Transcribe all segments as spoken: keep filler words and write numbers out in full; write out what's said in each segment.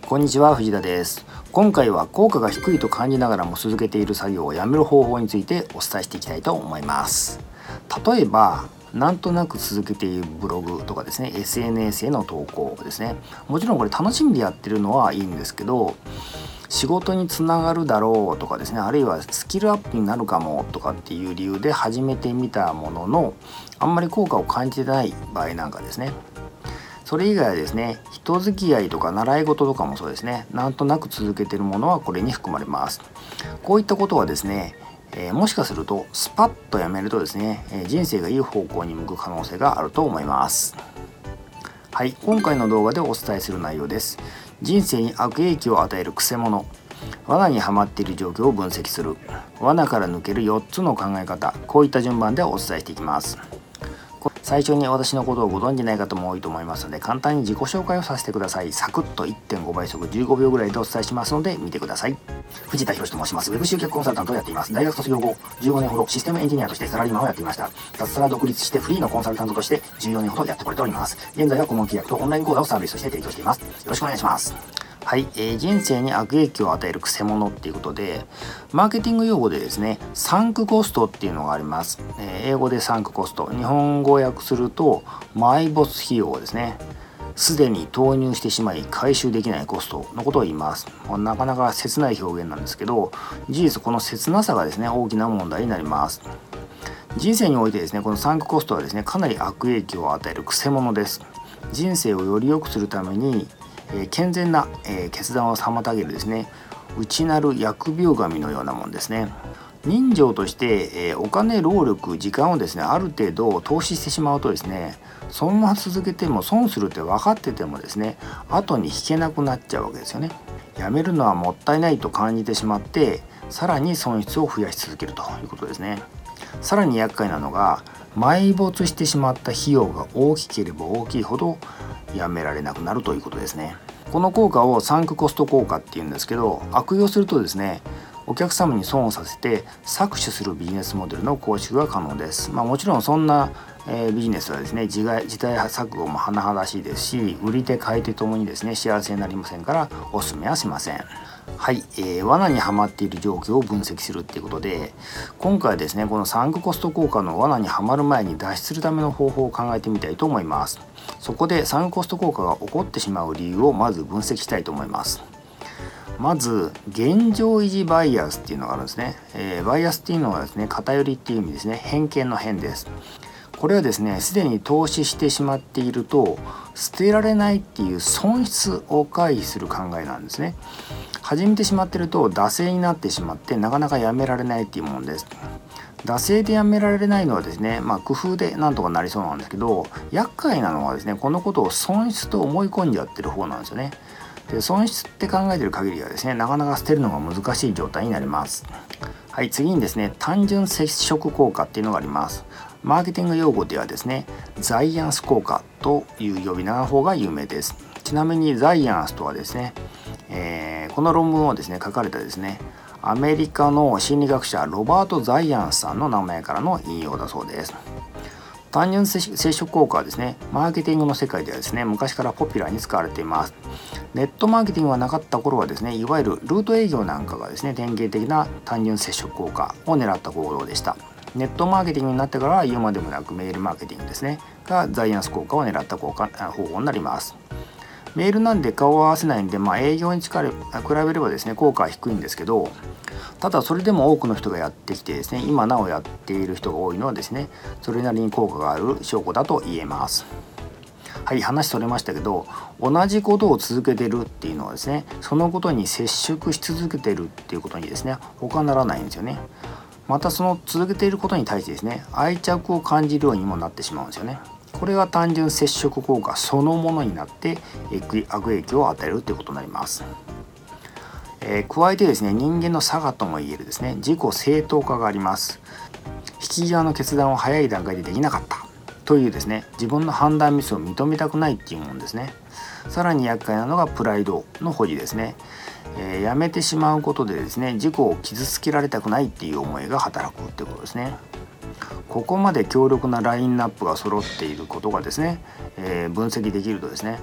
こんにちは、藤田です。今回は効果が低いと感じながらも続けている作業をやめる方法についてお伝えしていきたいと思います。例えばなんとなく続けているブログとかですね、 エスエヌエス への投稿ですね。もちろんこれ楽しみでやってるのはいいんですけど、仕事につながるだろうとかですね、あるいはスキルアップになるかもとかっていう理由で始めてみたものの、あんまり効果を感じてない場合なんかですね、それ以外はですね、人付き合いとか習い事とかもそうですね、なんとなく続けているものはこれに含まれます。こういったことはですね、えー、もしかするとスパッとやめるとですね、えー、人生がいい方向に向く可能性があると思います。はい、今回の動画でお伝えする内容です。人生に悪影響を与えるくせ者、罠にはまっている状況を分析する、罠から抜けるよっつの考え方、こういった順番でお伝えしていきます。最初に私のことをご存じない方も多いと思いますので、簡単に自己紹介をさせてください。サクッと いってんご 倍速じゅうごびょうぐらいでお伝えしますので見てください。藤田博と申します。ウェブ集客コンサルタントをやっています。大学卒業後じゅうごねんほどシステムエンジニアとしてサラリーマンをやっていました。脱サラ独立してフリーのコンサルタントとしてじゅうよねんほどやってこれております。現在は顧問契約とオンライン講座をサービスとして提供しています。よろしくお願いします。はい、えー、人生に悪影響を与えるくせ者っていうことで、マーケティング用語でですね、サンクコストっていうのがあります。えー、英語でサンクコスト、日本語訳すると埋没費用ですね。すでに投入してしまい回収できないコストのことを言います。なかなか切ない表現なんですけど、事実この切なさがですね、大きな問題になります。人生においてですね、このサンクコストはですね、かなり悪影響を与えるくせ者です。人生をより良くするためにえー、健全な、えー、決断を妨げるですね、内なる疫病神のようなもんですね。人情として、えー、お金、労力、時間をですね、ある程度投資してしまうとですね、そのまま続けても損するって分かっててもですね、後に引けなくなっちゃうわけですよね。やめるのはもったいないと感じてしまって、さらに損失を増やし続けるということですね。さらに厄介なのが、埋没してしまった費用が大きければ大きいほどやめられなくなるということですね。この効果をサンクコスト効果っていうんですけど、悪用するとですね、お客様に損をさせて搾取するビジネスモデルの構築が可能です。まあ、もちろんそんな、えー、ビジネスはですね、時代錯誤も甚だしいですし、売り手買い手ともにですね、幸せになりませんからお勧めはしません。はい、えー、罠にはまっている状況を分析するっていうことで、今回はですね、このサンクコスト効果の罠にはまる前に脱出するための方法を考えてみたいと思います。そこでサンクコスト効果が起こってしまう理由をまず分析したいと思います。まず現状維持バイアスっていうのがあるんですね。えー、バイアスっていうのはですね、偏りっていう意味ですね。偏見の偏です。これはですね、すでに投資してしまっていると捨てられないっていう損失を回避する考えなんですね。始めてしまっていると惰性になってしまってなかなかやめられないっていうものです。惰性でやめられないのはですね、まあ、工夫でなんとかなりそうなんですけど、厄介なのはですね、このことを損失と思い込んじゃってる方なんですよね。で、損失って考えてる限りはですね、なかなか捨てるのが難しい状態になります。はい、次にですね、単純接触効果っていうのがあります。マーケティング用語ではですね、ザイアンス効果という呼び名の方が有名です。ちなみにザイアンスとはですね、えー、この論文をですね書かれたですね、アメリカの心理学者ロバート・ザイアンスさんの名前からの引用だそうです。単純接触効果はですね、マーケティングの世界ではですね、昔からポピュラーに使われています。ネットマーケティングがなかった頃はですね、いわゆるルート営業なんかがですね、典型的な単純接触効果を狙った行動でした。ネットマーケティングになってからは言うまでもなくメールマーケティングですねがザイアンス効果を狙った効果方法になります。メールなんで顔を合わせないんで、まあ、営業に比べればですね、効果は低いんですけど、ただそれでも多くの人がやってきてですね、今なおやっている人が多いのはですね、それなりに効果がある証拠だと言えます。はい、話それましたけど、同じことを続けてるっていうのはですね、そのことに接触し続けてるっていうことにですね、他ならないんですよね。またその続けていることに対してですね、愛着を感じるようにもなってしまうんですよね。これが単純接触効果そのものになって悪影響を与えるということになります。えー、加えてですね、人間の差がともいえるですね、自己正当化があります。引き際の決断を早い段階でできなかったというですね、自分の判断ミスを認めたくないっていうものですね。さらに厄介なのがプライドの保持ですね。えー、やめてしまうことでですね、自己を傷つけられたくないっていう思いが働くっていうことですね。ここまで強力なラインナップが揃っていることがですね、えー、分析できるとですね、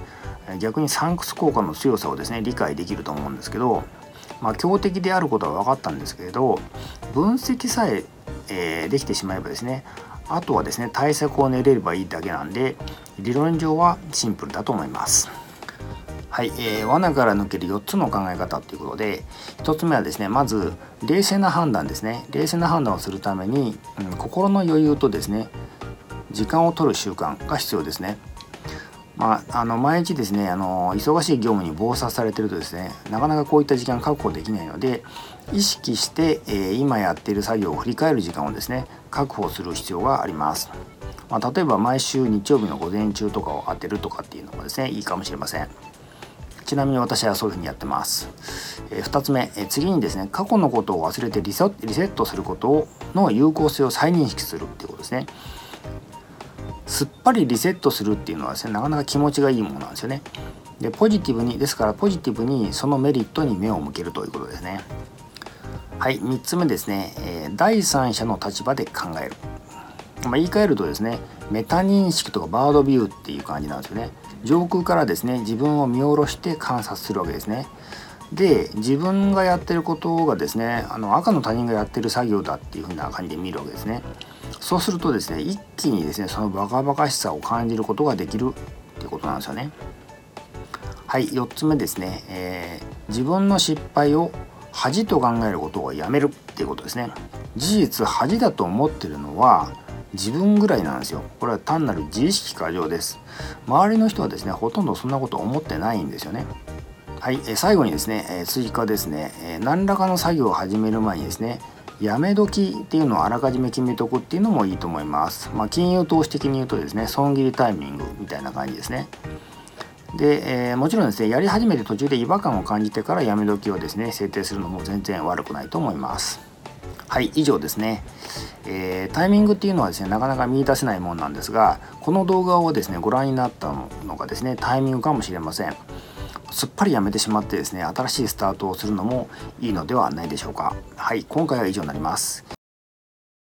逆にサンクス効果の強さをですね理解できると思うんですけど、まあ、強敵であることは分かったんですけれど、分析さええー、できてしまえばですね、あとはですね対策を練れればいいだけなんで、理論上はシンプルだと思います。はい、えー、罠から抜けるよっつの考え方ということで、ひとつめはですね、まず冷静な判断ですね。冷静な判断をするために、うん、心の余裕とですね時間を取る習慣が必要ですね。まあ、あの毎日ですねあの忙しい業務に忙殺されてるとですね、なかなかこういった時間確保できないので、意識して、えー、今やっている作業を振り返る時間をですね確保する必要があります。まあ、例えば毎週日曜日の午前中とかを当てるとかっていうのもですねいいかもしれません。ちなみに私はそういうふうにやってます。えー、ふたつめ、えー、次にですね過去のことを忘れてリセットすることの有効性を再認識するっていうことですね。すっぱりリセットするっていうのはですねなかなか気持ちがいいものなんですよね。でポジティブにですからポジティブにそのメリットに目を向けるということですね。はい、みっつめですね、えー、第三者の立場で考える。まあ、言い換えるとですねメタ認識とかバードビューっていう感じなんですよね。上空からですね自分を見下ろして観察するわけですね。で自分がやってることがですねあの赤の他人がやってる作業だっていう風な感じで見るわけですね。そうするとですね一気にですねそのバカバカしさを感じることができるっていうことなんですよね。はい、よっつめですね、えー、自分の失敗を恥と考えることをやめるっていうことですね。事実恥だと思ってるのは自分ぐらいなんですよ。これは単なる自意識過剰です。周りの人はですねほとんどそんなこと思ってないんですよね。はい、え最後にですね、え追加ですね、え何らかの作業を始める前にですねやめ時っていうのをあらかじめ決めておくっていうのもいいと思います。まあ、金融投資的に言うとですね損切りタイミングみたいな感じですね。で、えー、もちろんですねやり始めて途中で違和感を感じてからやめ時をですね設定するのも全然悪くないと思います。はい、以上ですね、えー、タイミングっていうのはですねなかなか見出せないものなんですが、この動画をですねご覧になったのがですねタイミングかもしれません。すっぱりやめてしまってですね新しいスタートをするのもいいのではないでしょうか。はい、今回は以上になります。